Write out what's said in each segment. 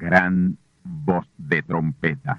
gran voz de trompeta.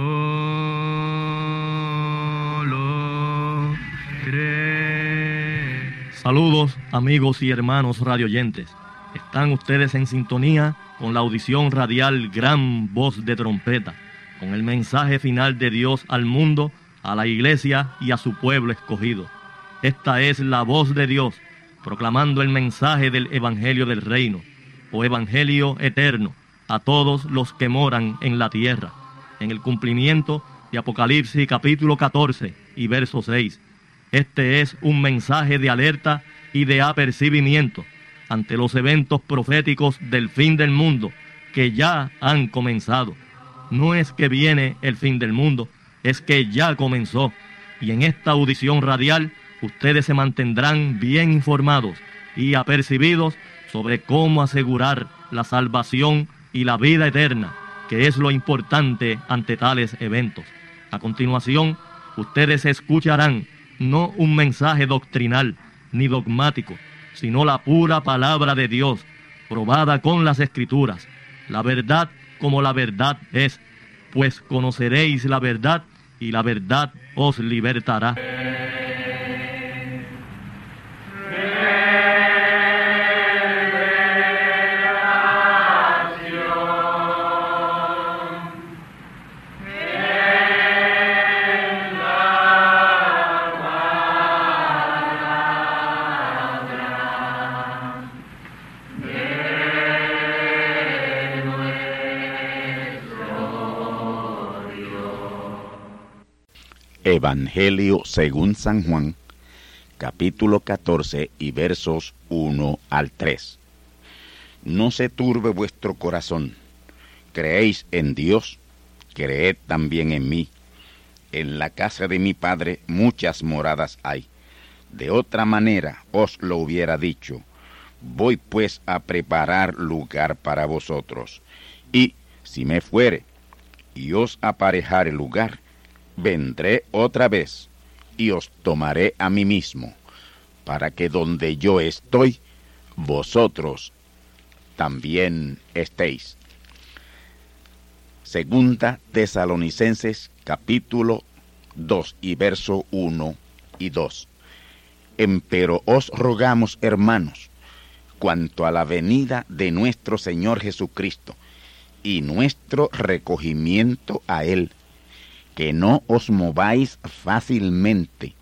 Solo cree. Saludos, amigos y hermanos radioyentes. Están ustedes en sintonía con la audición radial Gran Voz de Trompeta, con el mensaje final de Dios al mundo, a la iglesia y a su pueblo escogido. Esta es la voz de Dios, proclamando el mensaje del Evangelio del Reino, o Evangelio eterno, a todos los que moran en la tierra, en el cumplimiento de Apocalipsis capítulo 14 y verso 6. Este es un mensaje de alerta y de apercibimiento ante los eventos proféticos del fin del mundo que ya han comenzado. No es que viene el fin del mundo, es que ya comenzó. Y en esta audición radial, ustedes se mantendrán bien informados y apercibidos sobre cómo asegurar la salvación y la vida eterna, que es lo importante ante tales eventos. A continuación, ustedes escucharán no un mensaje doctrinal ni dogmático, sino la pura palabra de Dios, probada con las Escrituras, la verdad como la verdad es, pues conoceréis la verdad y la verdad os libertará. Evangelio según San Juan, capítulo 14 y versos 1 al 3. No se turbe vuestro corazón. Creéis en Dios, creed también en mí. En la casa de mi Padre muchas moradas hay. De otra manera os lo hubiera dicho. Voy pues a preparar lugar para vosotros. Y si me fuere y os aparejare lugar, vendré otra vez y os tomaré a mí mismo, para que donde yo estoy, vosotros también estéis. Segunda Tesalonicenses capítulo 2 y verso 1 y 2. Empero os rogamos, hermanos, cuanto a la venida de nuestro Señor Jesucristo y nuestro recogimiento a Él, que no os mováis fácilmente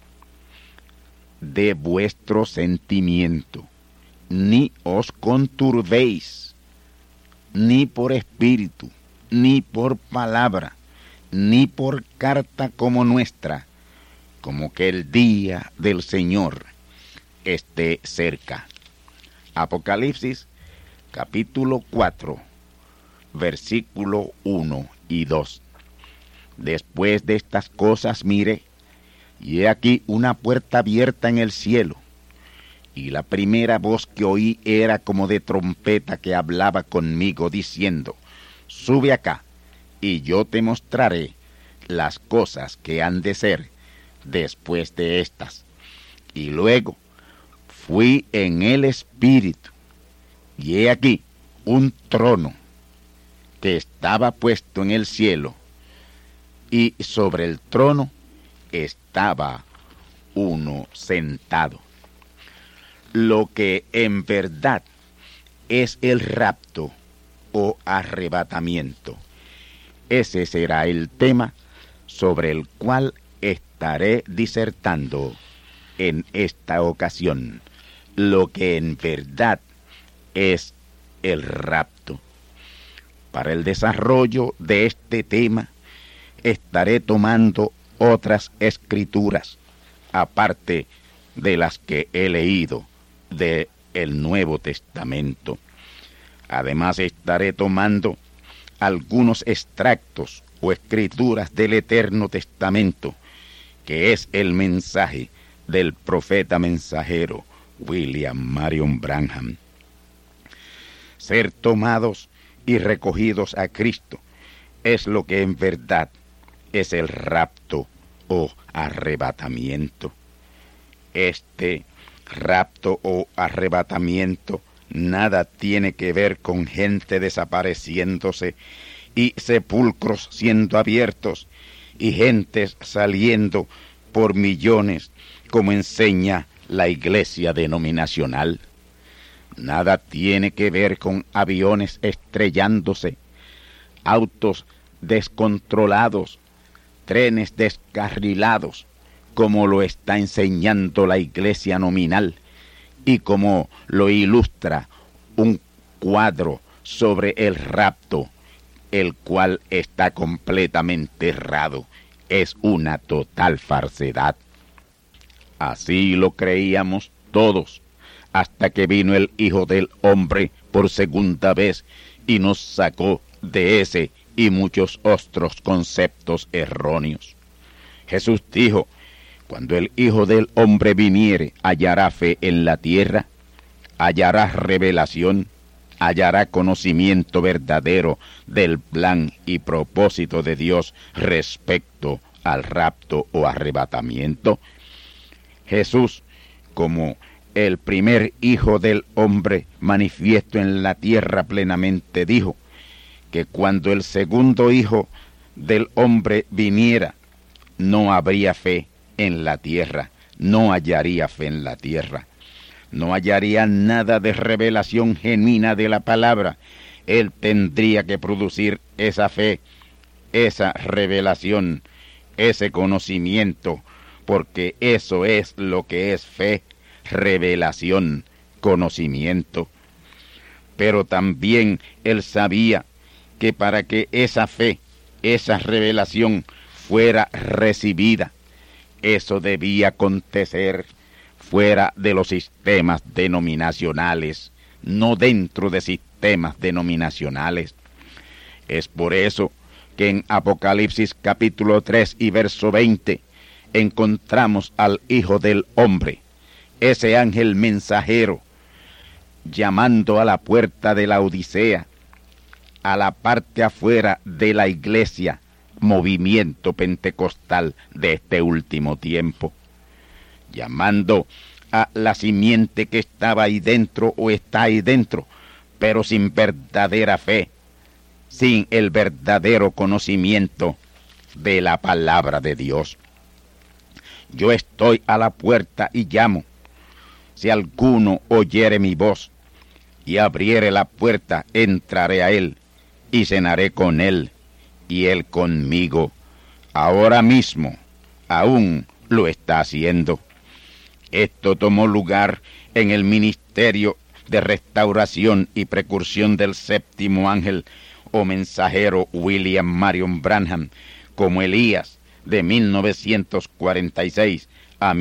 de vuestro sentimiento, ni os conturbéis, ni por espíritu, ni por palabra, ni por carta como nuestra, como que el día del Señor esté cerca. Apocalipsis capítulo 4, versículo 1 y 2. Después de estas cosas miré, y he aquí una puerta abierta en el cielo, y la primera voz que oí era como de trompeta que hablaba conmigo, diciendo: sube acá, y yo te mostraré las cosas que han de ser después de estas. Y luego fui en el Espíritu, y he aquí un trono que estaba puesto en el cielo, y sobre el trono estaba uno sentado. Lo que en verdad es el rapto o arrebatamiento. Ese será el tema sobre el cual estaré disertando en esta ocasión. Lo que en verdad es el rapto. Para el desarrollo de este tema, estaré tomando otras escrituras, aparte de las que he leído del Nuevo Testamento. Además, estaré tomando algunos extractos o escrituras del Eterno Testamento, que es el mensaje del profeta mensajero William Marion Branham. Ser tomados y recogidos a Cristo es lo que en verdad es el rapto o arrebatamiento. Este rapto o arrebatamiento nada tiene que ver con gente desapareciéndose y sepulcros siendo abiertos y gentes saliendo por millones, como enseña la iglesia denominacional. Nada tiene que ver con aviones estrellándose, autos descontrolados, trenes descarrilados, como lo está enseñando la iglesia nominal y como lo ilustra un cuadro sobre el rapto, el cual está completamente errado. Es una total falsedad. Así lo creíamos todos, hasta que vino el Hijo del Hombre por segunda vez y nos sacó de ese y muchos otros conceptos erróneos. Jesús dijo: cuando el Hijo del Hombre viniere, hallará fe en la tierra, hallará revelación, hallará conocimiento verdadero del plan y propósito de Dios respecto al rapto o arrebatamiento. Jesús, como el primer Hijo del Hombre manifiesto en la tierra plenamente, dijo que cuando el segundo Hijo del Hombre viniera, no habría fe en la tierra, no hallaría fe en la tierra, no hallaría nada de revelación genuina de la palabra. Él tendría que producir esa fe, esa revelación, ese conocimiento, porque eso es lo que es fe, revelación, conocimiento. Pero también él sabía que para que esa fe, esa revelación fuera recibida, eso debía acontecer fuera de los sistemas denominacionales, no dentro de sistemas denominacionales. Es por eso que en Apocalipsis capítulo 3 y verso 20 encontramos al Hijo del Hombre, ese ángel mensajero, llamando a la puerta de la Odisea, a la parte afuera de la iglesia, movimiento pentecostal de este último tiempo, llamando a la simiente que estaba ahí dentro o está ahí dentro, pero sin verdadera fe, sin el verdadero conocimiento de la palabra de Dios. Yo estoy a la puerta y llamo. Si alguno oyere mi voz y abriere la puerta, entraré a él y cenaré con él y él conmigo. Ahora mismo aún lo está haciendo. Esto tomó lugar en el ministerio de restauración y precursión del séptimo ángel o mensajero William Marion Branham, como Elías, de 1946 a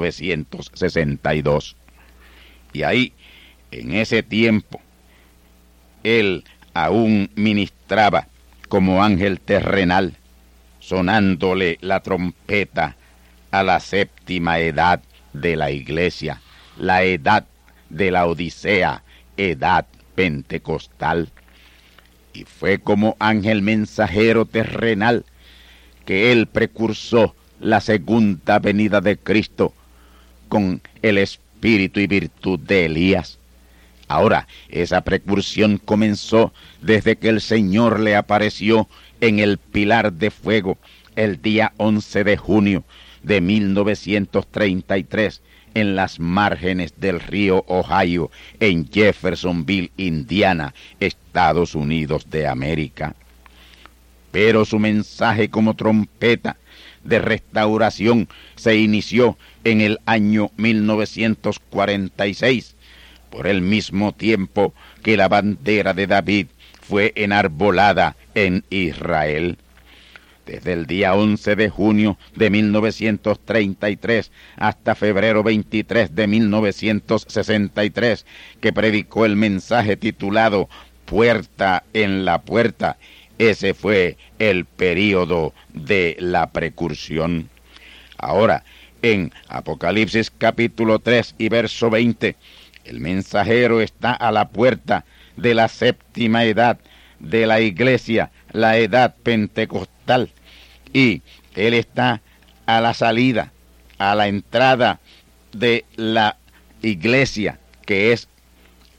1962. Y ahí, en ese tiempo, él aún ministraba como ángel terrenal, sonándole la trompeta a la séptima edad de la iglesia, la edad de la Odisea, edad pentecostal. Y fue como ángel mensajero terrenal que él precursó la segunda venida de Cristo con el espíritu y virtud de Elías. Ahora, esa precursión comenzó desde que el Señor le apareció en el pilar de fuego el día 11 de junio de 1933 en las márgenes del río Ohio, en Jeffersonville, Indiana, Estados Unidos de América. Pero su mensaje como trompeta de restauración se inició en el año 1946, por el mismo tiempo que la bandera de David fue enarbolada en Israel. Desde el día 11 de junio de 1933 hasta febrero 23 de 1963, que predicó el mensaje titulado Puerta en la Puerta. Ese fue el período de la precursión. Ahora, en Apocalipsis capítulo 3 y verso 20, el mensajero está a la puerta de la séptima edad de la iglesia, la edad pentecostal, y él está a la salida, a la entrada de la iglesia, que es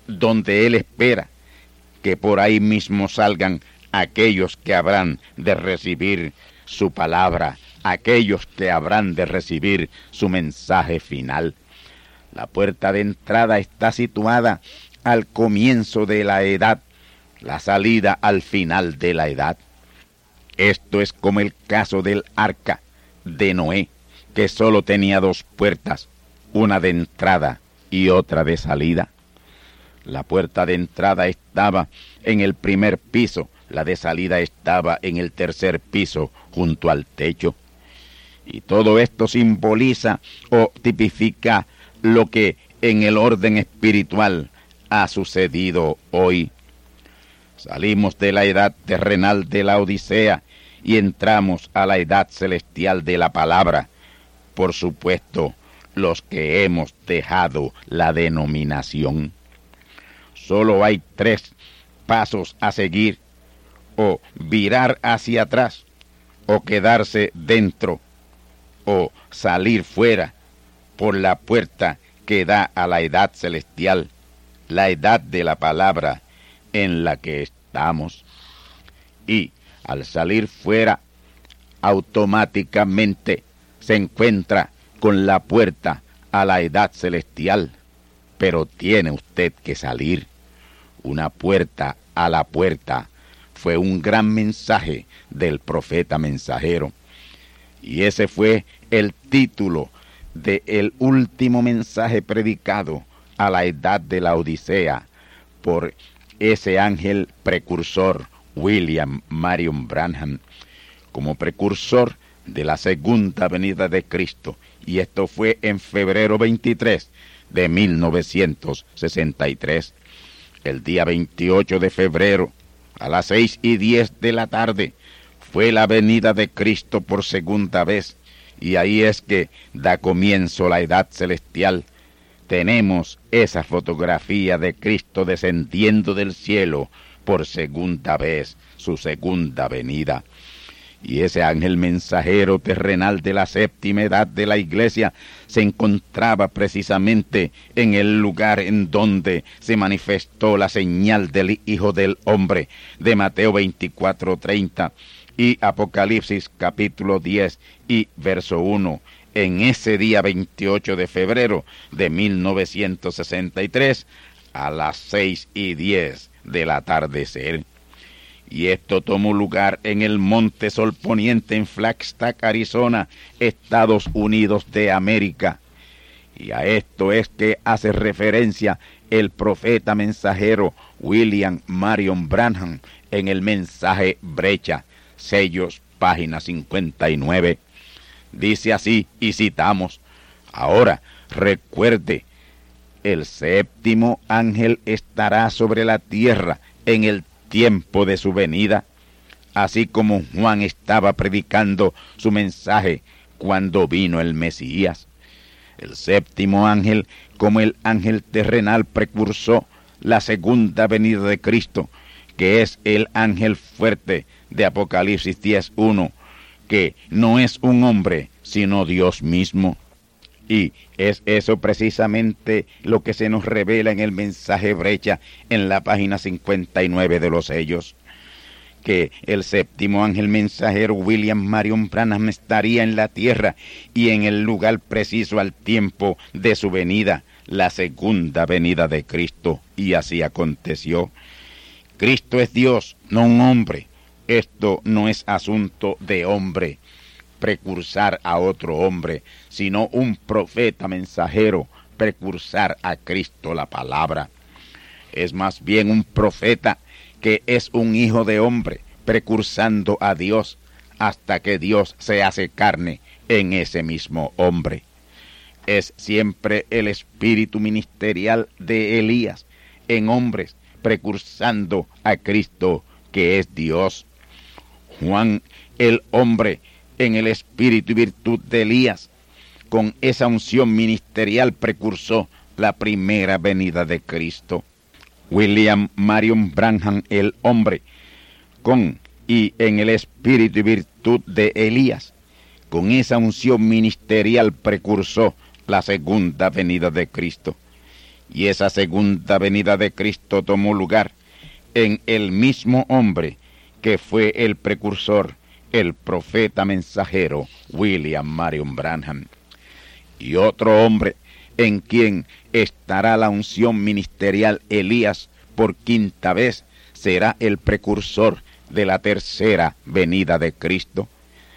donde Él espera que por ahí mismo salgan aquellos que habrán de recibir su palabra, aquellos que habrán de recibir su mensaje final. La puerta de entrada está situada al comienzo de la edad, la salida al final de la edad. Esto es como el caso del arca de Noé, que solo tenía dos puertas, una de entrada y otra de salida. La puerta de entrada estaba en el primer piso, la de salida estaba en el tercer piso, junto al techo. Y todo esto simboliza o tipifica lo que en el orden espiritual ha sucedido hoy. Salimos de la edad terrenal de la Odisea y entramos a la edad celestial de la palabra. Por supuesto, los que hemos dejado la denominación. Solo hay 3 pasos a seguir: o virar hacia atrás, o quedarse dentro, o salir fuera por la puerta que da a la edad celestial, la edad de la palabra en la que estamos. Y al salir fuera, automáticamente se encuentra con la puerta a la edad celestial. Pero tiene usted que salir. Una puerta a la puerta fue un gran mensaje del profeta mensajero. Y ese fue el título del último mensaje predicado a la edad de la Odisea por ese ángel precursor, William Marion Branham, como precursor de la segunda venida de Cristo. Y esto fue en febrero 23 de 1963. El día 28 de febrero, a las 6:10 de la tarde, fue la venida de Cristo por segunda vez, y ahí es que da comienzo la edad celestial. Tenemos esa fotografía de Cristo descendiendo del cielo por segunda vez, su segunda venida. Y ese ángel mensajero terrenal de la séptima edad de la iglesia se encontraba precisamente en el lugar en donde se manifestó la señal del Hijo del Hombre de Mateo 24:30 y Apocalipsis capítulo 10 y verso 1. En ese día 28 de febrero de 1963 a las 6:10 del atardecer. Y esto tomó lugar en el Monte Sol Poniente en Flagstaff, Arizona, Estados Unidos de América. Y a esto es que hace referencia el profeta mensajero William Marion Branham en el mensaje Brecha, sellos, página 59. Dice así, y citamos: ahora recuerde, el séptimo ángel estará sobre la tierra en el tiempo de su venida, así como Juan estaba predicando su mensaje cuando vino el Mesías. El séptimo ángel, como el ángel terrenal, precursó la segunda venida de Cristo, que es el ángel fuerte de Apocalipsis 10:1, que no es un hombre, sino Dios mismo. Y es eso precisamente lo que se nos revela en el mensaje Brecha, en la página 59 de los sellos, que el séptimo ángel mensajero William Marion Branham estaría en la tierra y en el lugar preciso al tiempo de su venida, la segunda venida de Cristo. Y así aconteció. Cristo es Dios, no un hombre. Esto no es asunto de hombre, precursar a otro hombre, sino un profeta mensajero, precursar a Cristo la palabra. Es más bien un profeta que es un hijo de hombre, precursando a Dios, hasta que Dios se hace carne en ese mismo hombre. Es siempre el espíritu ministerial de Elías en hombres, precursando a Cristo, que es Dios. Juan, el hombre, en el espíritu y virtud de Elías, con esa unción ministerial precursó la primera venida de Cristo. William Marion Branham, el hombre, con y en el espíritu y virtud de Elías, con esa unción ministerial precursó la segunda venida de Cristo. Y esa segunda venida de Cristo tomó lugar en el mismo hombre que fue el precursor, el profeta mensajero William Marion Branham. Y otro hombre en quien estará la unción ministerial, Elías, por quinta vez, será el precursor de la tercera venida de Cristo.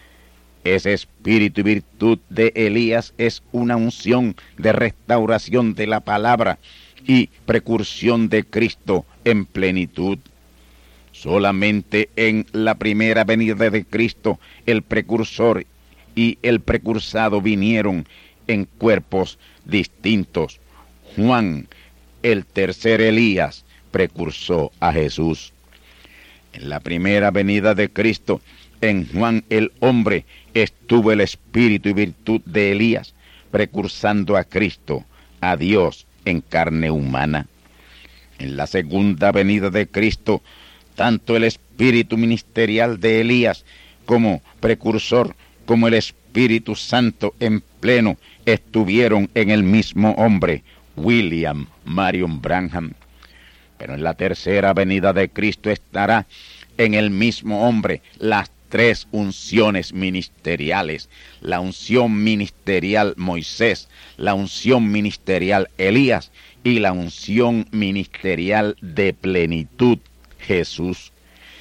Ese espíritu y virtud de Elías es una unción de restauración de la palabra y precursión de Cristo en plenitud. Solamente en la primera venida de Cristo el precursor y el precursado vinieron en cuerpos distintos. Juan, el tercer Elías, precursó a Jesús. En la primera venida de Cristo, en Juan el hombre, estuvo el espíritu y virtud de Elías, precursando a Cristo, a Dios en carne humana. En la segunda venida de Cristo, tanto el espíritu ministerial de Elías como precursor, como el Espíritu Santo en pleno, estuvieron en el mismo hombre, William Marion Branham. Pero en la tercera venida de Cristo estará en el mismo hombre las tres unciones ministeriales: la unción ministerial Moisés, la unción ministerial Elías y la unción ministerial de plenitud Jesús.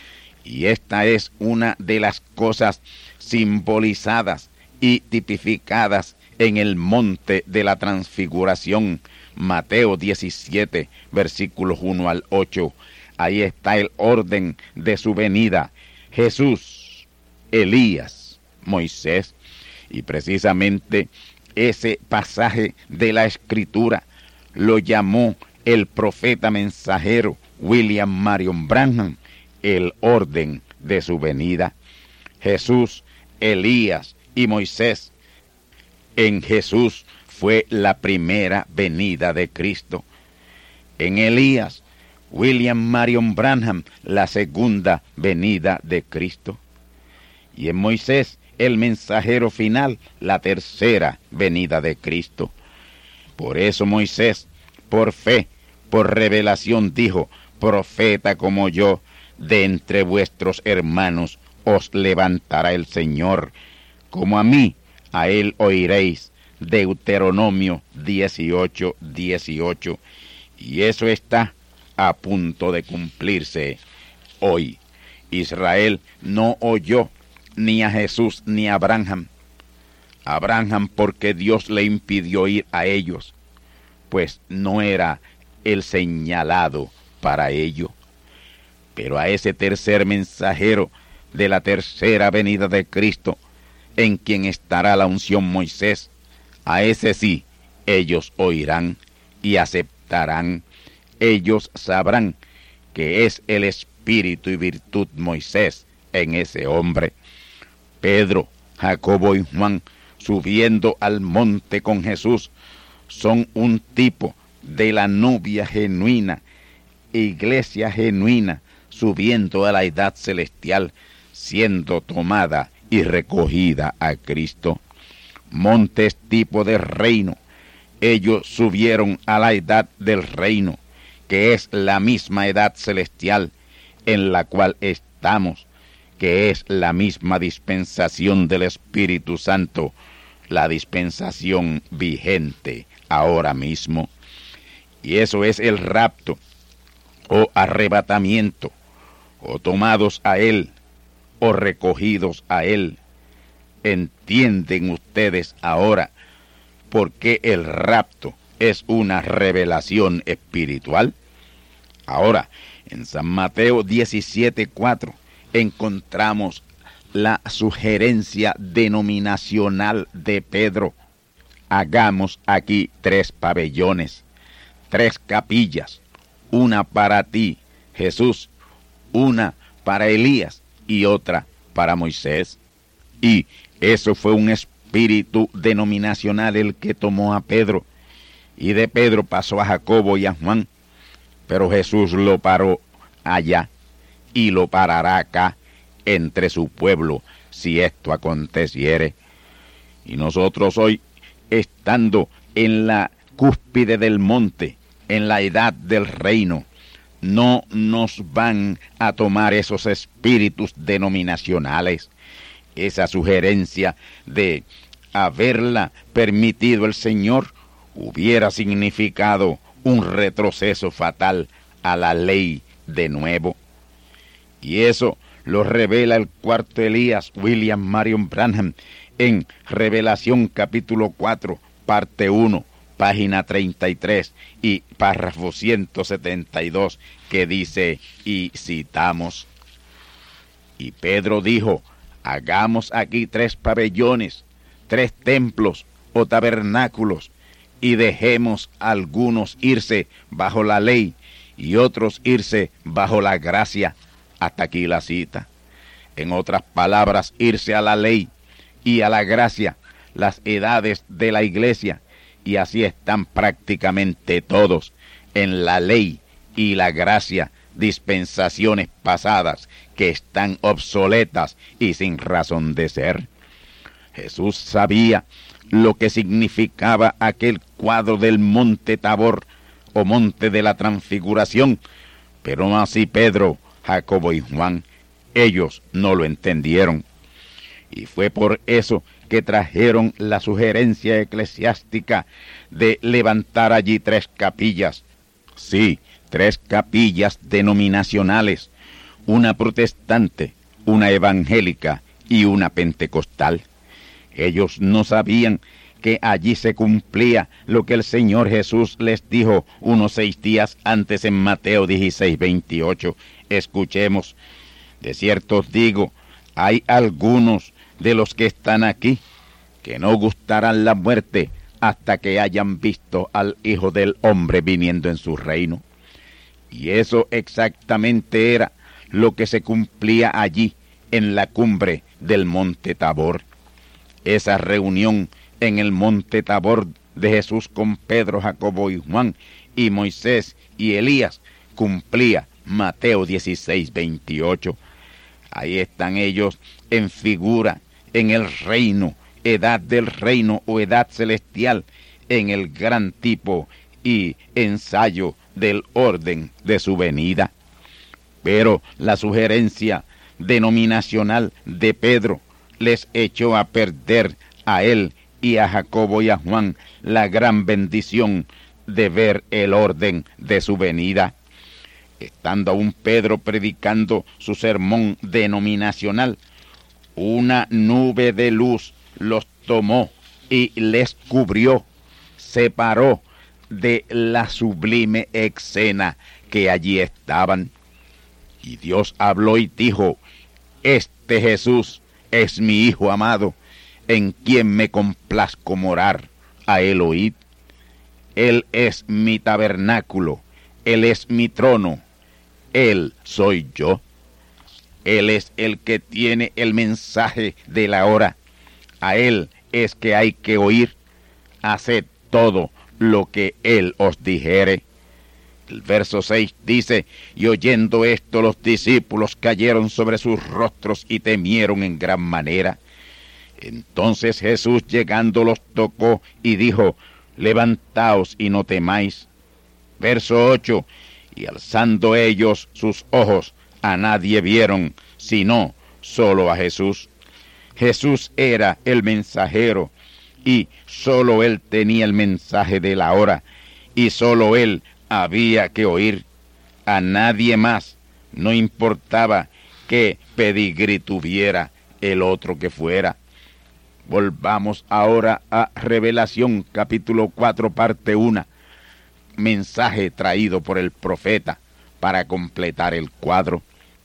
Y esta es una de las cosas simbolizadas y tipificadas en el monte de la transfiguración, Mateo 17, versículos 1 al 8. Ahí está el orden de su venida: Jesús, Elías, Moisés. Y precisamente ese pasaje de la Escritura lo llamó el profeta mensajero William Marion Branham el orden de su venida. Jesús, Elías y Moisés. En Jesús fue la primera venida de Cristo. En Elías, William Marion Branham, la segunda venida de Cristo. Y en Moisés, el mensajero final, la tercera venida de Cristo. Por eso Moisés, por fe, por revelación, dijo: profeta como yo, de entre vuestros hermanos, os levantará el Señor. Como a mí, a él oiréis. Deuteronomio 18, 18. Y eso está a punto de cumplirse hoy. Israel no oyó ni a Jesús ni a Branham. A Branham porque Dios le impidió ir a ellos, pues no era el señalado para ello. Pero a ese tercer mensajero de la tercera venida de Cristo, en quien estará la unción Moisés, a ese sí ellos oirán y aceptarán. Ellos sabrán que es el espíritu y virtud Moisés en ese hombre. Pedro, Jacobo y Juan, subiendo al monte con Jesús, son un tipo de la novia genuina, iglesia genuina, subiendo a la edad celestial, siendo tomada y recogida a Cristo. Monte es tipo de reino. Ellos subieron a la edad del reino, que es la misma edad celestial en la cual estamos, que es la misma dispensación del Espíritu Santo, la dispensación vigente ahora mismo. Y eso es el rapto, o arrebatamiento, o tomados a Él, o recogidos a Él. ¿Entienden ustedes ahora por qué el rapto es una revelación espiritual? Ahora, en San Mateo 17:4 encontramos la sugerencia denominacional de Pedro: hagamos aquí 3 pabellones, 3 capillas, una para ti, Jesús, una para Elías y otra para Moisés. Y eso fue un espíritu denominacional el que tomó a Pedro, y de Pedro pasó a Jacobo y a Juan, pero Jesús lo paró allá y lo parará acá entre su pueblo si esto aconteciere. Y nosotros hoy, estando en la cúspide del monte, en la edad del reino, no nos van a tomar esos espíritus denominacionales. Esa sugerencia de haberla permitido el Señor hubiera significado un retroceso fatal a la ley de nuevo. Y eso lo revela el cuarto Elías, William Marion Branham, en Revelación capítulo 4, parte 1, página 33 y párrafo 172, que dice, y citamos: y Pedro dijo, hagamos aquí 3 pabellones, 3 templos o tabernáculos, y dejemos algunos irse bajo la ley y otros irse bajo la gracia. Hasta aquí la cita. En otras palabras, irse a la ley y a la gracia, las edades de la iglesia, y así están prácticamente todos, en la ley y la gracia, dispensaciones pasadas que están obsoletas y sin razón de ser. Jesús sabía lo que significaba aquel cuadro del monte Tabor o monte de la transfiguración, pero no así Pedro, Jacobo y Juan. Ellos no lo entendieron. Y fue por eso que trajeron la sugerencia eclesiástica de levantar allí 3 capillas. Sí, 3 capillas denominacionales, una protestante, una evangélica y una pentecostal. Ellos no sabían que allí se cumplía lo que el Señor Jesús les dijo unos 6 días antes en Mateo 16:28. Escuchemos: de cierto os digo, hay algunos de los que están aquí que no gustarán la muerte hasta que hayan visto al Hijo del Hombre viniendo en su reino. Y eso exactamente era lo que se cumplía allí en la cumbre del monte Tabor. Esa reunión en el monte Tabor de Jesús con Pedro, Jacobo y Juan y Moisés y Elías cumplía Mateo 16:28. Ahí están ellos en figura, en el reino, edad del reino o edad celestial, en el gran tipo y ensayo del orden de su venida. Pero la sugerencia denominacional de Pedro les echó a perder a él y a Jacobo y a Juan la gran bendición de ver el orden de su venida. Estando aún Pedro predicando su sermón denominacional, una nube de luz los tomó y les cubrió, separó de la sublime escena que allí estaban. Y Dios habló y dijo: este Jesús es mi Hijo amado, en quien me complazco morar, a él oíd. Él es mi tabernáculo, él es mi trono, él soy yo. Él es el que tiene el mensaje de la hora. A él es que hay que oír. Haced todo lo que él os dijere. El verso 6 dice: y oyendo esto los discípulos cayeron sobre sus rostros y temieron en gran manera. Entonces Jesús llegando los tocó y dijo: levantaos y no temáis. Verso 8: y alzando ellos sus ojos, a nadie vieron, sino solo a Jesús. Jesús era el mensajero, y solo él tenía el mensaje de la hora, y solo él había que oír. A nadie más, no importaba qué pedigrí tuviera el otro que fuera. Volvamos ahora a Revelación capítulo 4, parte 1. Mensaje traído por el profeta para completar el cuadro.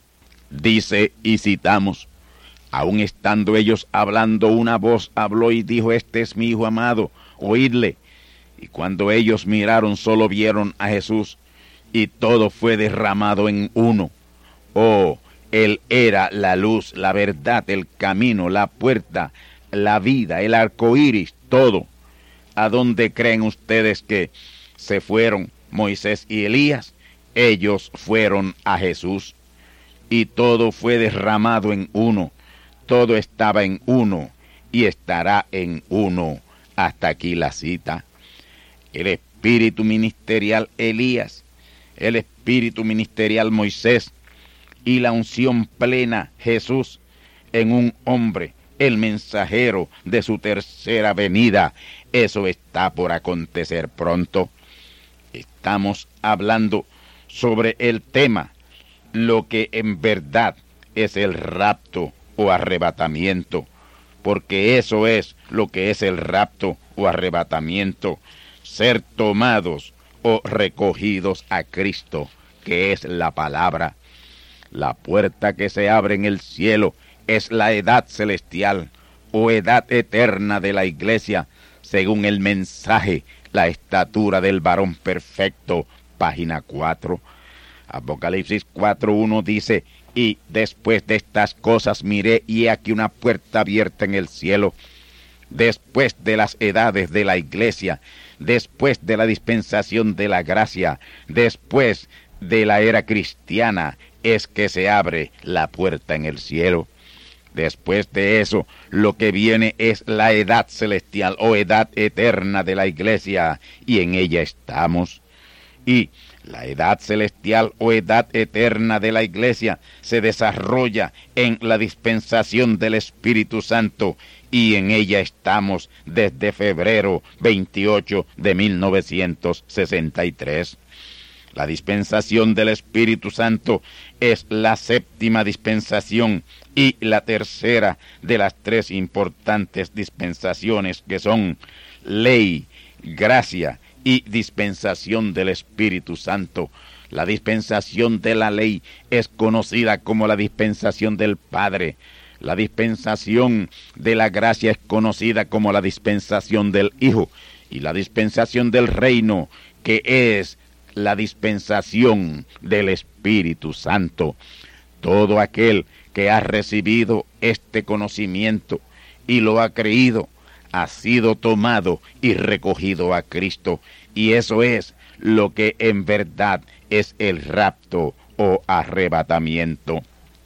Dice, y citamos: aun estando ellos hablando, una voz habló y dijo: este es mi Hijo amado, oídle. Y cuando ellos miraron, solo vieron a Jesús, y todo fue derramado en uno. Oh, él era la luz, la verdad, el camino, la puerta, la vida, el arco iris, todo. ¿A dónde creen ustedes que se fueron Moisés y Elías? Ellos fueron a Jesús. Y todo fue derramado en uno. Todo estaba en uno y estará en uno. Hasta aquí la cita. El espíritu ministerial Elías, el espíritu ministerial Moisés y la unción plena Jesús en un hombre, el mensajero de su tercera venida. Eso está por acontecer pronto. Estamos hablando sobre el tema, lo que en verdad es el rapto o arrebatamiento, porque eso es lo que es el rapto o arrebatamiento, ser tomados o recogidos a Cristo, que es la palabra. La puerta que se abre en el cielo es la edad celestial o edad eterna de la iglesia, según el mensaje, la estatura del varón perfecto, página 4. Apocalipsis 4:1 dice: y después de estas cosas miré, y he aquí una puerta abierta en el cielo. Después de las edades de la iglesia, después de la dispensación de la gracia, después de la era cristiana, es que se abre la puerta en el cielo. Después de eso, lo que viene es la edad celestial o edad eterna de la iglesia, y en ella estamos. Y la edad celestial o edad eterna de la iglesia se desarrolla en la dispensación del Espíritu Santo, y en ella estamos desde febrero 28 de 1963. La dispensación del Espíritu Santo es la séptima dispensación y la tercera de las tres importantes dispensaciones, que son ley, gracia y dispensación del Espíritu Santo. La dispensación de la ley es conocida como la dispensación del Padre. La dispensación de la gracia es conocida como la dispensación del Hijo. Y la dispensación del reino, que es la dispensación del Espíritu Santo. Todo aquel que ha recibido este conocimiento y lo ha creído, ha sido tomado y recogido a Cristo. Y eso es lo que en verdad es el rapto o arrebatamiento.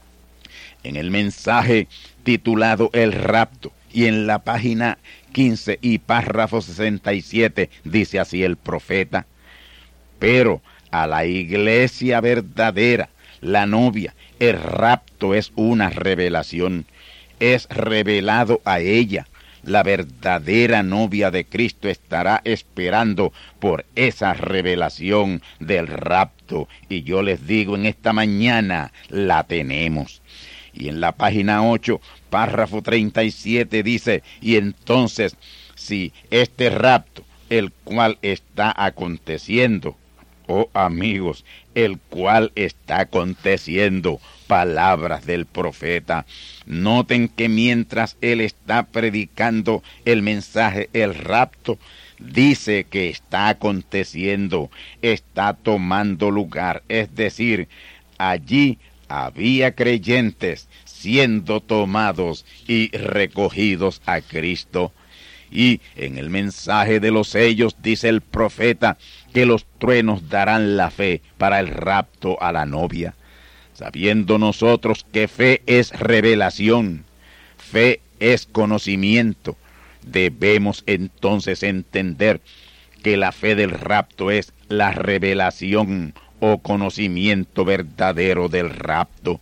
En el mensaje titulado El rapto, y en la página 15 y párrafo 67, dice así el profeta: pero a la iglesia verdadera, la novia, el rapto es una revelación. Es revelado a ella. La verdadera novia de Cristo estará esperando por esa revelación del rapto. Y yo les digo, en esta mañana la tenemos. Y en la página 8, párrafo 37 dice: y entonces, si este rapto, el cual está aconteciendo, oh amigos, el cual está aconteciendo, palabras del profeta. Noten que mientras él está predicando el mensaje, el rapto, dice que está aconteciendo, está tomando lugar. Es decir, allí había creyentes siendo tomados y recogidos a Cristo. Y en el mensaje de los sellos dice el profeta que los truenos darán la fe para el rapto a la novia. Sabiendo nosotros que fe es revelación, fe es conocimiento, debemos entonces entender que la fe del rapto es la revelación o conocimiento verdadero del rapto.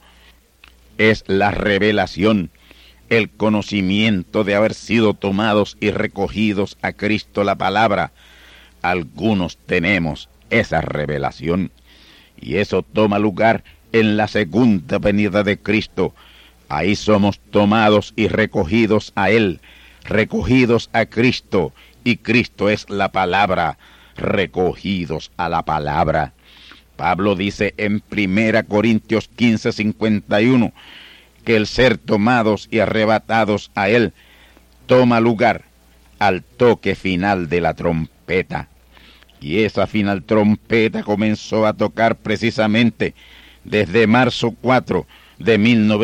Es la revelación, el conocimiento de haber sido tomados y recogidos a Cristo, la palabra. Algunos tenemos esa revelación, y eso toma lugar en la segunda venida de Cristo. Ahí somos tomados y recogidos a Él, recogidos a Cristo, y Cristo es la palabra, recogidos a la palabra. Pablo dice en 1 Corintios 15:51, que el ser tomados y arrebatados a Él toma lugar al toque final de la trompeta. Y esa final trompeta comenzó a tocar precisamente desde marzo 4 de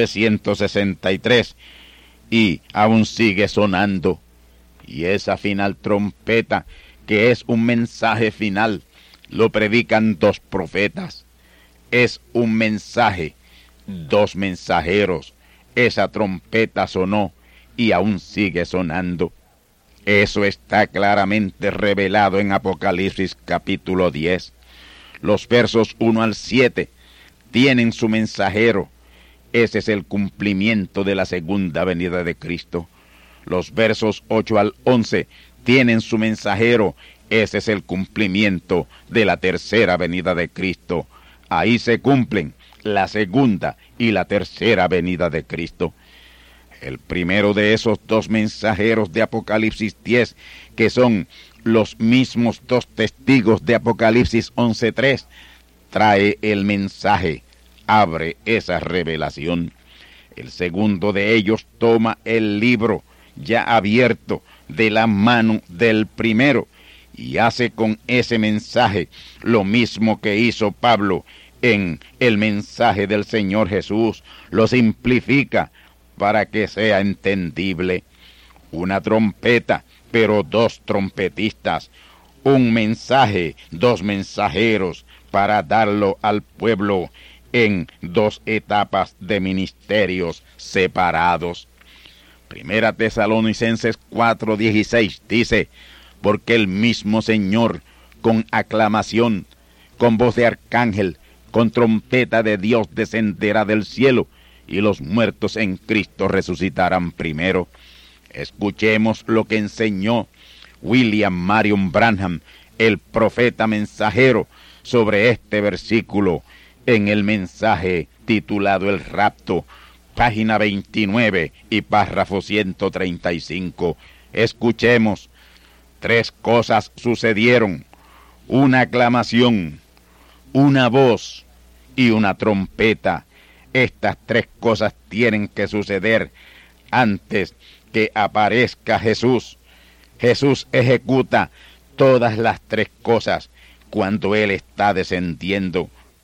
1963 y aún sigue sonando. Y esa final trompeta, que es un mensaje final, lo predican dos profetas. Es un mensaje, dos mensajeros. Esa trompeta sonó y aún sigue sonando. Eso está claramente revelado en Apocalipsis capítulo 10. Los versos 1 al 7 tienen su mensajero. Ese es el cumplimiento de la segunda venida de Cristo. Los versos 8 al 11 tienen su mensajero. Ese es el cumplimiento de la tercera venida de Cristo. Ahí se cumplen la segunda y la tercera venida de Cristo. El primero de esos dos mensajeros de Apocalipsis 10, que son los mismos dos testigos de Apocalipsis 11:3, trae el mensaje, abre esa revelación. El segundo de ellos toma el libro ya abierto de la mano del primero y hace con ese mensaje lo mismo que hizo Pablo en el mensaje del Señor Jesús. Lo simplifica para que sea entendible. Una trompeta, pero dos trompetistas. Un mensaje, dos mensajeros, para darlo al pueblo en dos etapas de ministerios separados. Primera Tesalonicenses 4:16 dice: porque el mismo Señor, con aclamación, con voz de arcángel, con trompeta de Dios, descenderá del cielo, y los muertos en Cristo resucitarán primero. Escuchemos lo que enseñó William Marion Branham, el profeta mensajero, sobre este versículo en el mensaje titulado El rapto, página 29 y párrafo 135. Escuchemos. 3 cosas sucedieron: una aclamación, una voz y una trompeta. Estas 3 cosas tienen que suceder antes que aparezca Jesús. Jesús ejecuta todas las 3 cosas cuando Él está descendiendo.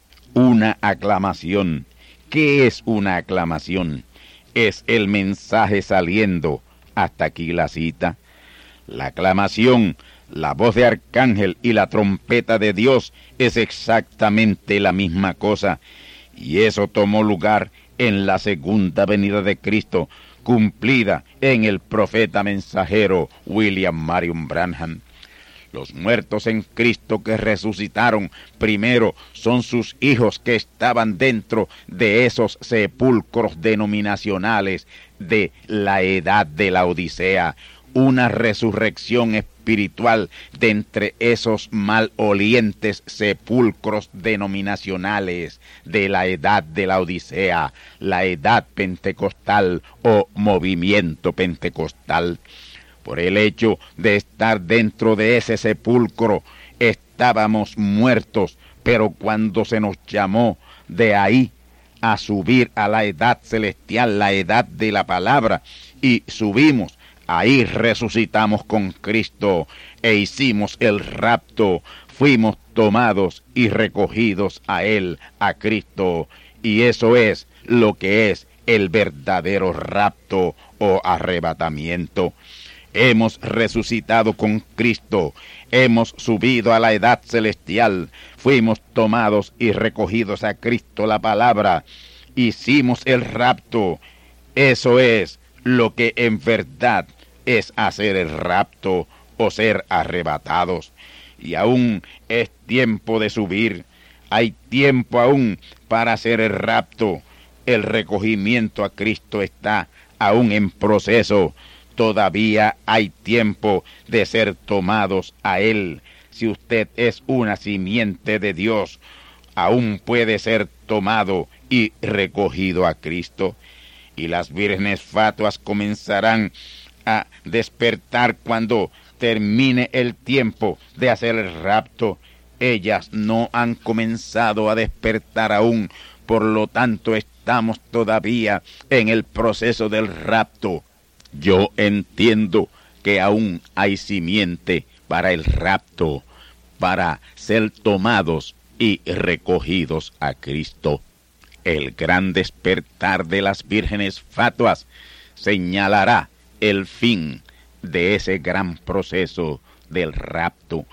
Una aclamación. ¿Qué es una aclamación? Es el mensaje saliendo. Hasta aquí la cita. La aclamación, la voz de arcángel y la trompeta de Dios es exactamente la misma cosa. Y eso tomó lugar en la segunda venida de Cristo, cumplida en el profeta mensajero William Marion Branham. Los muertos en Cristo que resucitaron primero son sus hijos que estaban dentro de esos sepulcros denominacionales de la edad de la Odisea. Una resurrección espiritual de entre esos malolientes sepulcros denominacionales de la edad de la Odisea, la edad pentecostal o movimiento pentecostal. Por el hecho de estar dentro de ese sepulcro, estábamos muertos, pero cuando se nos llamó de ahí a subir a la edad celestial, la edad de la palabra, y subimos, ahí resucitamos con Cristo e hicimos el rapto, fuimos tomados y recogidos a Él, a Cristo, y eso es lo que es el verdadero rapto o arrebatamiento. Hemos resucitado con Cristo, hemos subido a la edad celestial, fuimos tomados y recogidos a Cristo, la palabra, hicimos el rapto. Eso es lo que en verdad es hacer el rapto o ser arrebatados. Y aún es tiempo de subir, hay tiempo aún para hacer el rapto. El recogimiento a Cristo está aún en proceso. Todavía hay tiempo de ser tomados a Él. Si usted es una simiente de Dios, aún puede ser tomado y recogido a Cristo. Y las vírgenes fatuas comenzarán a despertar cuando termine el tiempo de hacer el rapto. Ellas no han comenzado a despertar aún, por lo tanto estamos todavía en el proceso del rapto. Yo entiendo que aún hay simiente para el rapto, para ser tomados y recogidos a Cristo. El gran despertar de las vírgenes fatuas señalará el fin de ese gran proceso del rapto.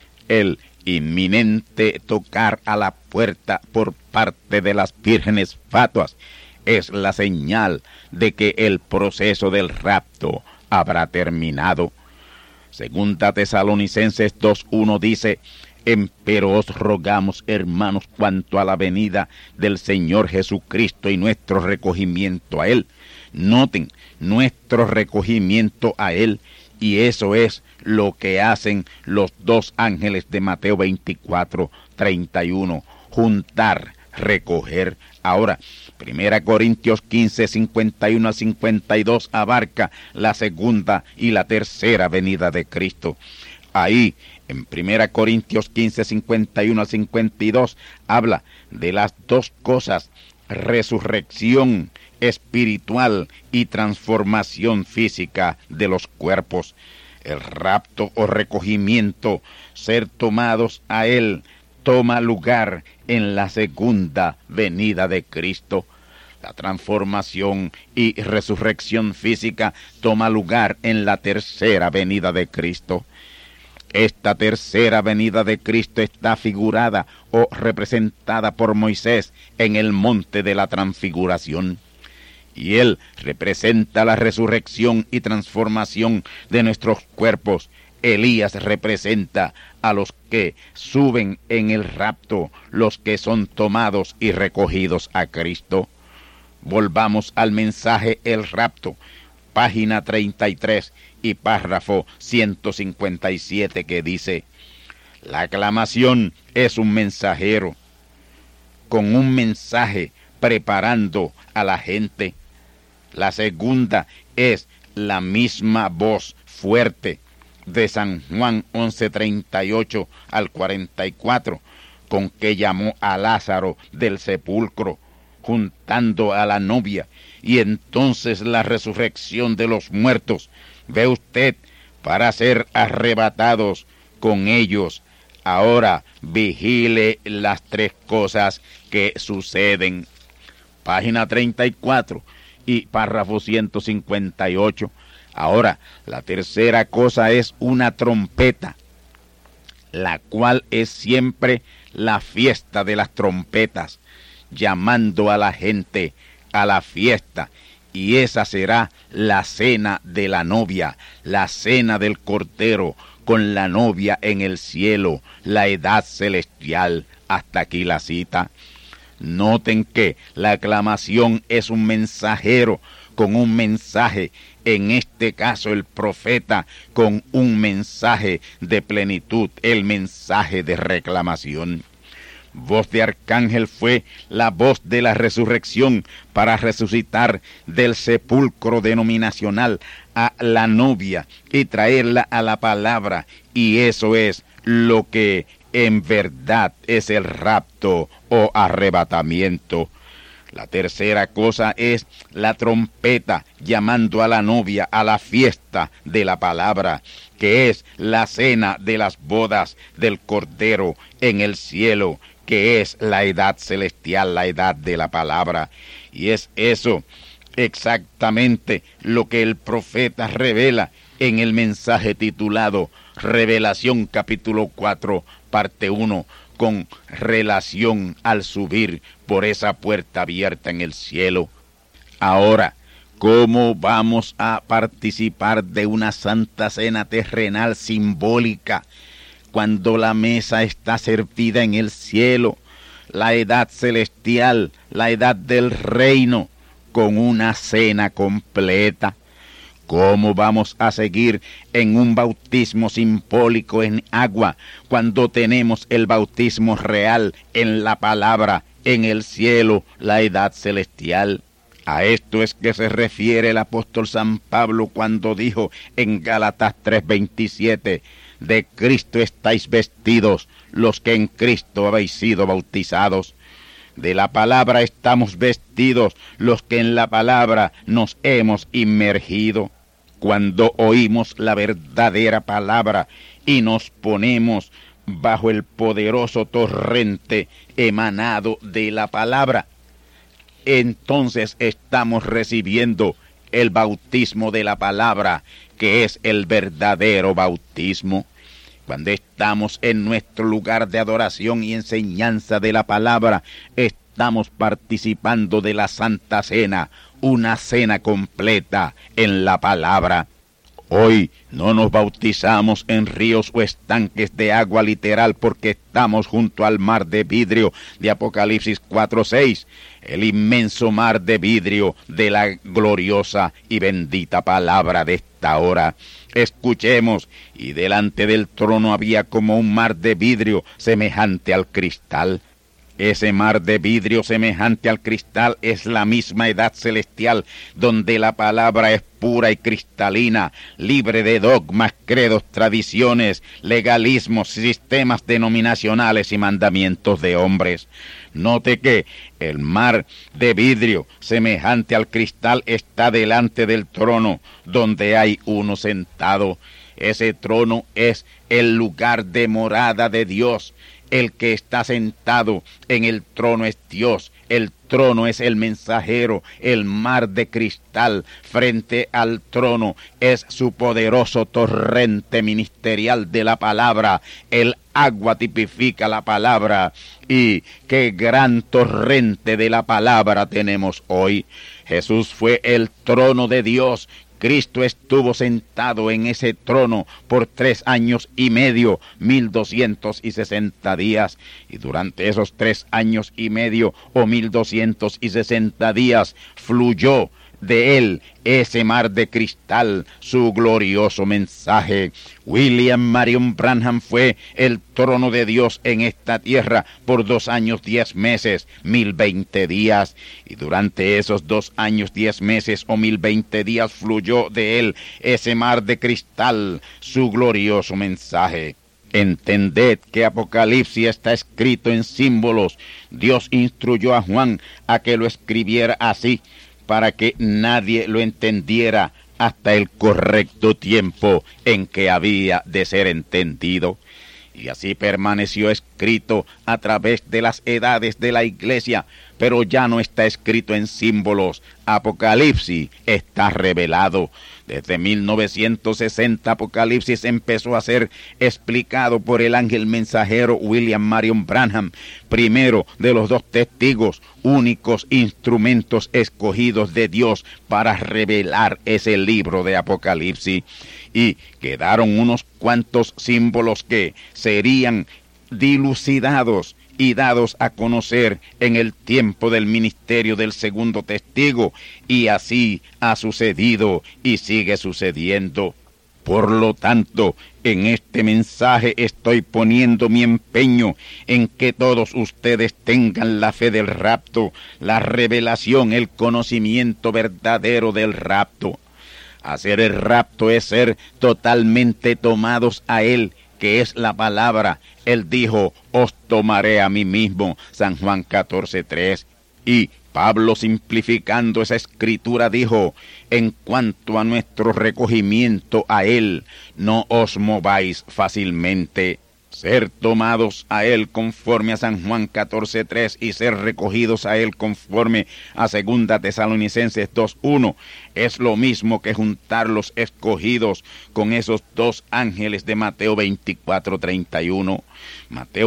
El inminente tocar a la puerta por parte de las vírgenes fatuas es la señal de que el proceso del rapto habrá terminado. Segunda Tesalonicenses 2:1 dice: Empero os rogamos, hermanos, cuanto a la venida del Señor Jesucristo y nuestro recogimiento a Él. Noten, nuestro recogimiento a Él, y eso es lo que hacen los dos ángeles de Mateo 24:31, juntar, recoger. Ahora, 1 Corintios 15:51-52 abarca la segunda y la tercera venida de Cristo. Ahí, en 1 Corintios 15:51-52, habla de las dos cosas: resurrección espiritual y transformación física de los cuerpos. El rapto o recogimiento, ser tomados a Él, toma lugar en la segunda venida de Cristo. La transformación y resurrección física toma lugar en la tercera venida de Cristo. Esta tercera venida de Cristo está figurada o representada por Moisés en el monte de la transfiguración. Y Él representa la resurrección y transformación de nuestros cuerpos. Elías representa a los que suben en el rapto, los que son tomados y recogidos a Cristo. Volvamos al mensaje El rapto, página 33 y párrafo 157, que dice: la aclamación es un mensajero, con un mensaje preparando a la gente. La segunda es la misma voz fuerte de San Juan 11:38 al 44, con que llamó a Lázaro del sepulcro, juntando a la novia, y entonces la resurrección de los muertos, ve usted, para ser arrebatados con ellos. Ahora vigile las tres cosas que suceden. Página 34 y párrafo 158. Ahora, la tercera cosa es una trompeta, la cual es siempre la fiesta de las trompetas, llamando a la gente a la fiesta, y esa será la cena de la novia, la cena del Cordero, con la novia en el cielo, la edad celestial. Hasta aquí la cita. Noten que la aclamación es un mensajero con un mensaje, en este caso el profeta con un mensaje de plenitud, el mensaje de reclamación. Voz de arcángel fue la voz de la resurrección para resucitar del sepulcro denominacional a la novia y traerla a la palabra, y eso es lo que en verdad es el rapto o arrebatamiento. La tercera cosa es la trompeta, llamando a la novia a la fiesta de la palabra, que es la cena de las bodas del Cordero en el cielo, que es la edad celestial, la edad de la palabra. Y es eso exactamente lo que el profeta revela en el mensaje titulado Revelación capítulo 4, parte 1, con relación al subir por esa puerta abierta en el cielo. Ahora, ¿cómo vamos a participar de una santa cena terrenal simbólica cuando la mesa está servida en el cielo, la edad celestial, la edad del reino, con una cena completa? ¿Cómo vamos a seguir en un bautismo simbólico en agua cuando tenemos el bautismo real en la palabra, en el cielo, la edad celestial? A esto es que se refiere el apóstol San Pablo cuando dijo en Gálatas 3:27, de Cristo estáis vestidos los que en Cristo habéis sido bautizados. De la palabra estamos vestidos los que en la palabra nos hemos inmergido. Cuando oímos la verdadera palabra y nos ponemos bajo el poderoso torrente emanado de la palabra, entonces estamos recibiendo el bautismo de la palabra, que es el verdadero bautismo. Cuando estamos en nuestro lugar de adoración y enseñanza de la palabra, estamos participando de la Santa Cena, una cena completa en la palabra. Hoy no nos bautizamos en ríos o estanques de agua literal porque estamos junto al mar de vidrio de Apocalipsis 4:6, el inmenso mar de vidrio de la gloriosa y bendita palabra de esta hora. Escuchemos, y delante del trono había como un mar de vidrio semejante al cristal. Ese mar de vidrio semejante al cristal es la misma edad celestial, donde la palabra es pura y cristalina, libre de dogmas, credos, tradiciones, legalismos, sistemas denominacionales y mandamientos de hombres. Note que el mar de vidrio semejante al cristal está delante del trono, donde hay uno sentado. Ese trono es el lugar de morada de Dios. El que está sentado en el trono es Dios. El trono es el mensajero. El mar de cristal frente al trono es su poderoso torrente ministerial de la palabra. El agua tipifica la palabra. Y qué gran torrente de la palabra tenemos hoy. Jesús fue el trono de Dios. Cristo estuvo sentado en ese trono por 3 años y medio, 1260 días, y durante esos 3 años y medio o 1260 días fluyó de él ese mar de cristal, su glorioso mensaje. William Marion Branham fue el trono de Dios en esta tierra por 2 años 10 meses, 1020 días, y durante esos 2 años 10 meses o 1020 días fluyó de él ese mar de cristal, su glorioso mensaje. Entended que Apocalipsis está escrito en símbolos. Dios instruyó a Juan a que lo escribiera así, para que nadie lo entendiera hasta el correcto tiempo en que había de ser entendido. Y así permaneció escrito a través de las edades de la iglesia, pero ya no está escrito en símbolos. Apocalipsis está revelado. Desde 1960 Apocalipsis empezó a ser explicado por el ángel mensajero William Marion Branham, primero de los 2 testigos, únicos instrumentos escogidos de Dios para revelar ese libro de Apocalipsis. Y quedaron unos cuantos símbolos que serían dilucidados y dados a conocer en el tiempo del ministerio del segundo testigo, y así ha sucedido y sigue sucediendo. Por lo tanto, en este mensaje estoy poniendo mi empeño en que todos ustedes tengan la fe del rapto, la revelación, el conocimiento verdadero del rapto. Hacer el rapto es ser totalmente tomados a Él, que es la palabra. Él dijo, os tomaré a mí mismo, San Juan 14:3. Y Pablo, simplificando esa escritura, dijo, en cuanto a nuestro recogimiento a Él, no os mováis fácilmente. Ser tomados a Él conforme a San Juan 14:3 y ser recogidos a Él conforme a 2 Tesalonicenses 2:1 es lo mismo que juntar los escogidos con esos 2 ángeles de Mateo 24:31. Mateo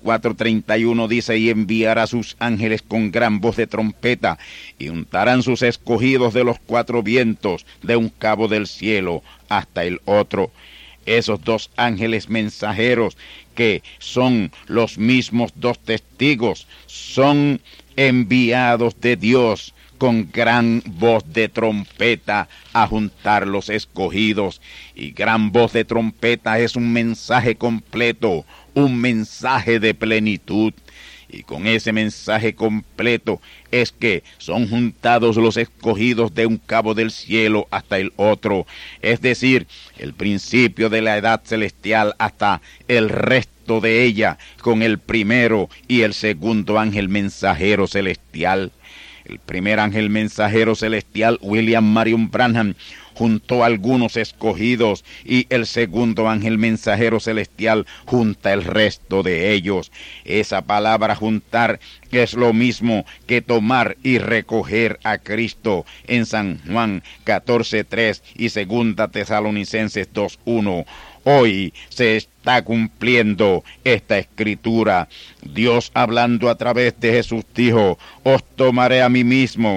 24:31 dice, y enviará sus ángeles con gran voz de trompeta, y juntarán sus escogidos de los 4 vientos, de un cabo del cielo hasta el otro. Esos 2 ángeles mensajeros, que son los mismos 2 testigos, son enviados de Dios con gran voz de trompeta a juntar los escogidos. Y gran voz de trompeta es un mensaje completo, un mensaje de plenitud. Y con ese mensaje completo es que son juntados los escogidos de un cabo del cielo hasta el otro, es decir, el principio de la edad celestial hasta el resto de ella, con el primero y el segundo ángel mensajero celestial. El primer ángel mensajero celestial, William Marion Branham, juntó algunos escogidos, y el segundo ángel mensajero celestial junta el resto de ellos. Esa palabra juntar es lo mismo que tomar y recoger a Cristo en San Juan 14:3 y 2 Tesalonicenses 2:1. Hoy se está cumpliendo esta escritura. Dios, hablando a través de Jesús, dijo, os tomaré a mí mismo.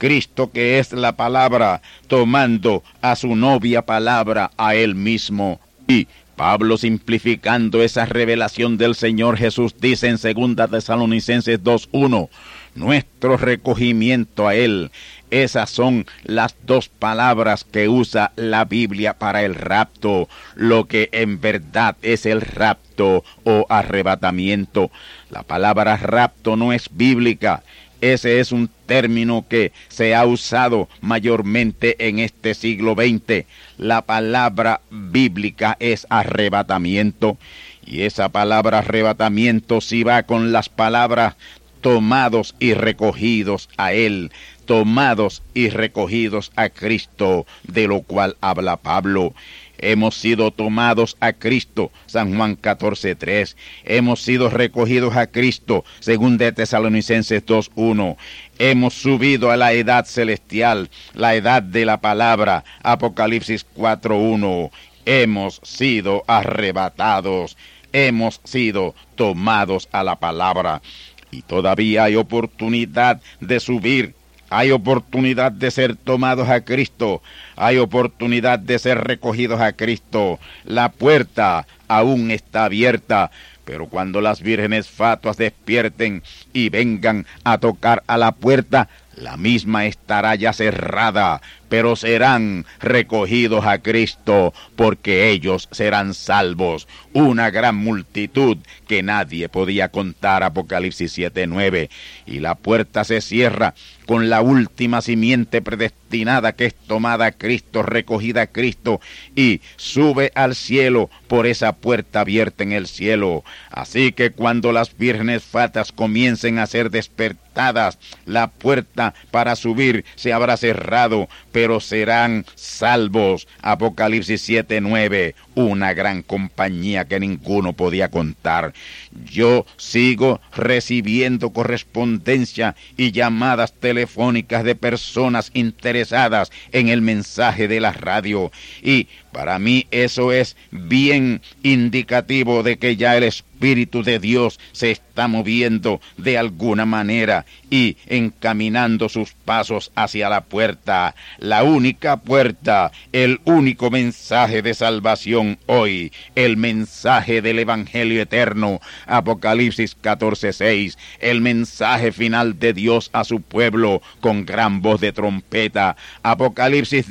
Cristo, que es la palabra, tomando a su novia palabra, a él mismo. Y Pablo, simplificando esa revelación del Señor Jesús, dice en 2 Tesalonicenses 2:1, nuestro recogimiento a él. Esas son las dos palabras que usa la Biblia para el rapto, lo que en verdad es el rapto o arrebatamiento. La palabra rapto no es bíblica. Ese es un término que se ha usado mayormente en este siglo XX. La palabra bíblica es arrebatamiento. Y esa palabra arrebatamiento sí va con las palabras tomados y recogidos a él, tomados y recogidos a Cristo, de lo cual habla Pablo. Hemos sido tomados a Cristo, San Juan 14:3. Hemos sido recogidos a Cristo, 2 Tesalonicenses 2:1. Hemos subido a la edad celestial, la edad de la palabra, Apocalipsis 4:1. Hemos sido arrebatados, hemos sido tomados a la palabra. Y todavía hay oportunidad de subir, hay oportunidad de ser tomados a Cristo, hay oportunidad de ser recogidos a Cristo. La puerta aún está abierta, pero cuando las vírgenes fatuas despierten y vengan a tocar a la puerta, la misma estará ya cerrada, pero serán recogidos a Cristo, porque ellos serán salvos. Una gran multitud que nadie podía contar, Apocalipsis 7:9. Y la puerta se cierra con la última simiente predestinada, que es tomada a Cristo, recogida a Cristo, y sube al cielo por esa puerta abierta en el cielo. Así que cuando las vírgenes fatuas comiencen a ser despertadas, la puerta para subir se habrá cerrado, pero serán salvos. Apocalipsis 7:9, una gran compañía que ninguno podía contar. Yo sigo recibiendo correspondencia y llamadas telefónicas de personas interesadas en el mensaje de la radio, y para mí eso es bien indicativo de que ya el Espíritu de Dios se está moviendo de alguna manera y encaminando sus pasos hacia la puerta, la única puerta, el único mensaje de salvación hoy, el mensaje del Evangelio eterno, Apocalipsis 14:6, el mensaje final de Dios a su pueblo con gran voz de trompeta. Apocalipsis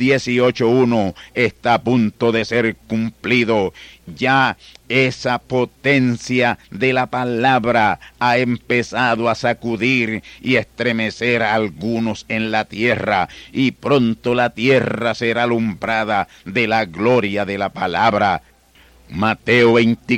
18:1 está a punto de ser cumplido. Ya esa potencia de la palabra ha empezado a sacudir y estremecer a algunos en la tierra, y pronto la tierra será alumbrada de la gloria de la palabra. Mateo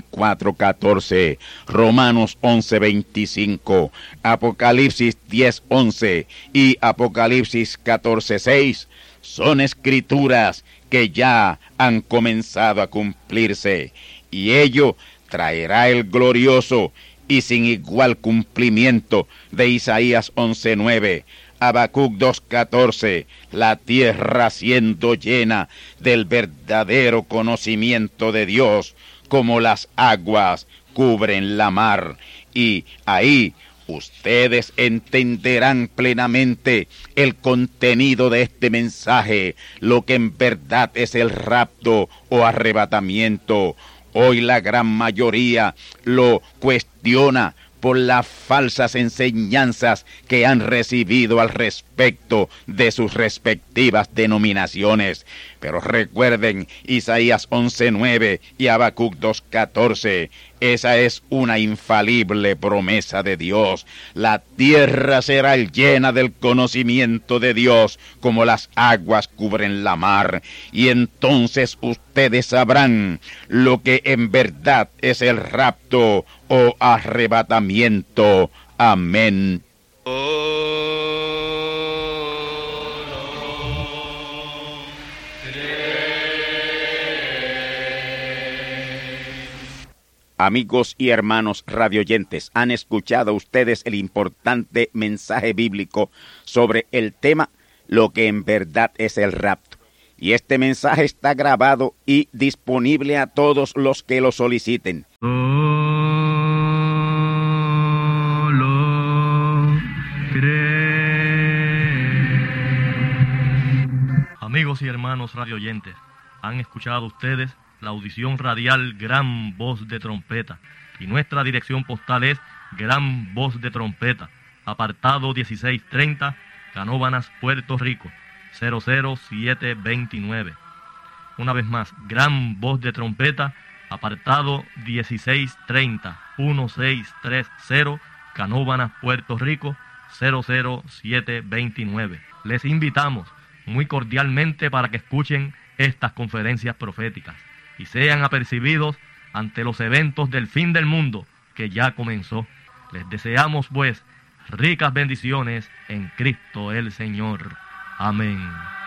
24:14, Romanos 11:25, Apocalipsis 10:11 y Apocalipsis 14:6 son escrituras que ya han comenzado a cumplirse, y ello traerá el glorioso y sin igual cumplimiento de Isaías 11:9, Habacuc 2:14, la tierra siendo llena del verdadero conocimiento de Dios, como las aguas cubren la mar. Y ahí ustedes entenderán plenamente el contenido de este mensaje, lo que en verdad es el rapto o arrebatamiento. Hoy la gran mayoría lo cuestiona por las falsas enseñanzas que han recibido al respecto de sus respectivas denominaciones. Pero recuerden Isaías 11:9 y Habacuc 2:14. Esa es una infalible promesa de Dios. La tierra será llena del conocimiento de Dios, como las aguas cubren la mar. Y entonces ustedes sabrán lo que en verdad es el rapto o arrebatamiento. Amén. Amigos y hermanos radioyentes, han escuchado ustedes el importante mensaje bíblico sobre el tema, lo que en verdad es el rapto. Y este mensaje está grabado y disponible a todos los que lo soliciten. Amigos y hermanos radioyentes, han escuchado ustedes la audición radial Gran Voz de Trompeta, y nuestra dirección postal es Gran Voz de Trompeta, apartado 1630, Canóvanas, Puerto Rico, 00729. Una vez más, Gran Voz de Trompeta, apartado 1630, 1630, Canóvanas, Puerto Rico, 00729. Les invitamos muy cordialmente para que escuchen estas conferencias proféticas y sean apercibidos ante los eventos del fin del mundo que ya comenzó. Les deseamos, pues, ricas bendiciones en Cristo el Señor. Amén.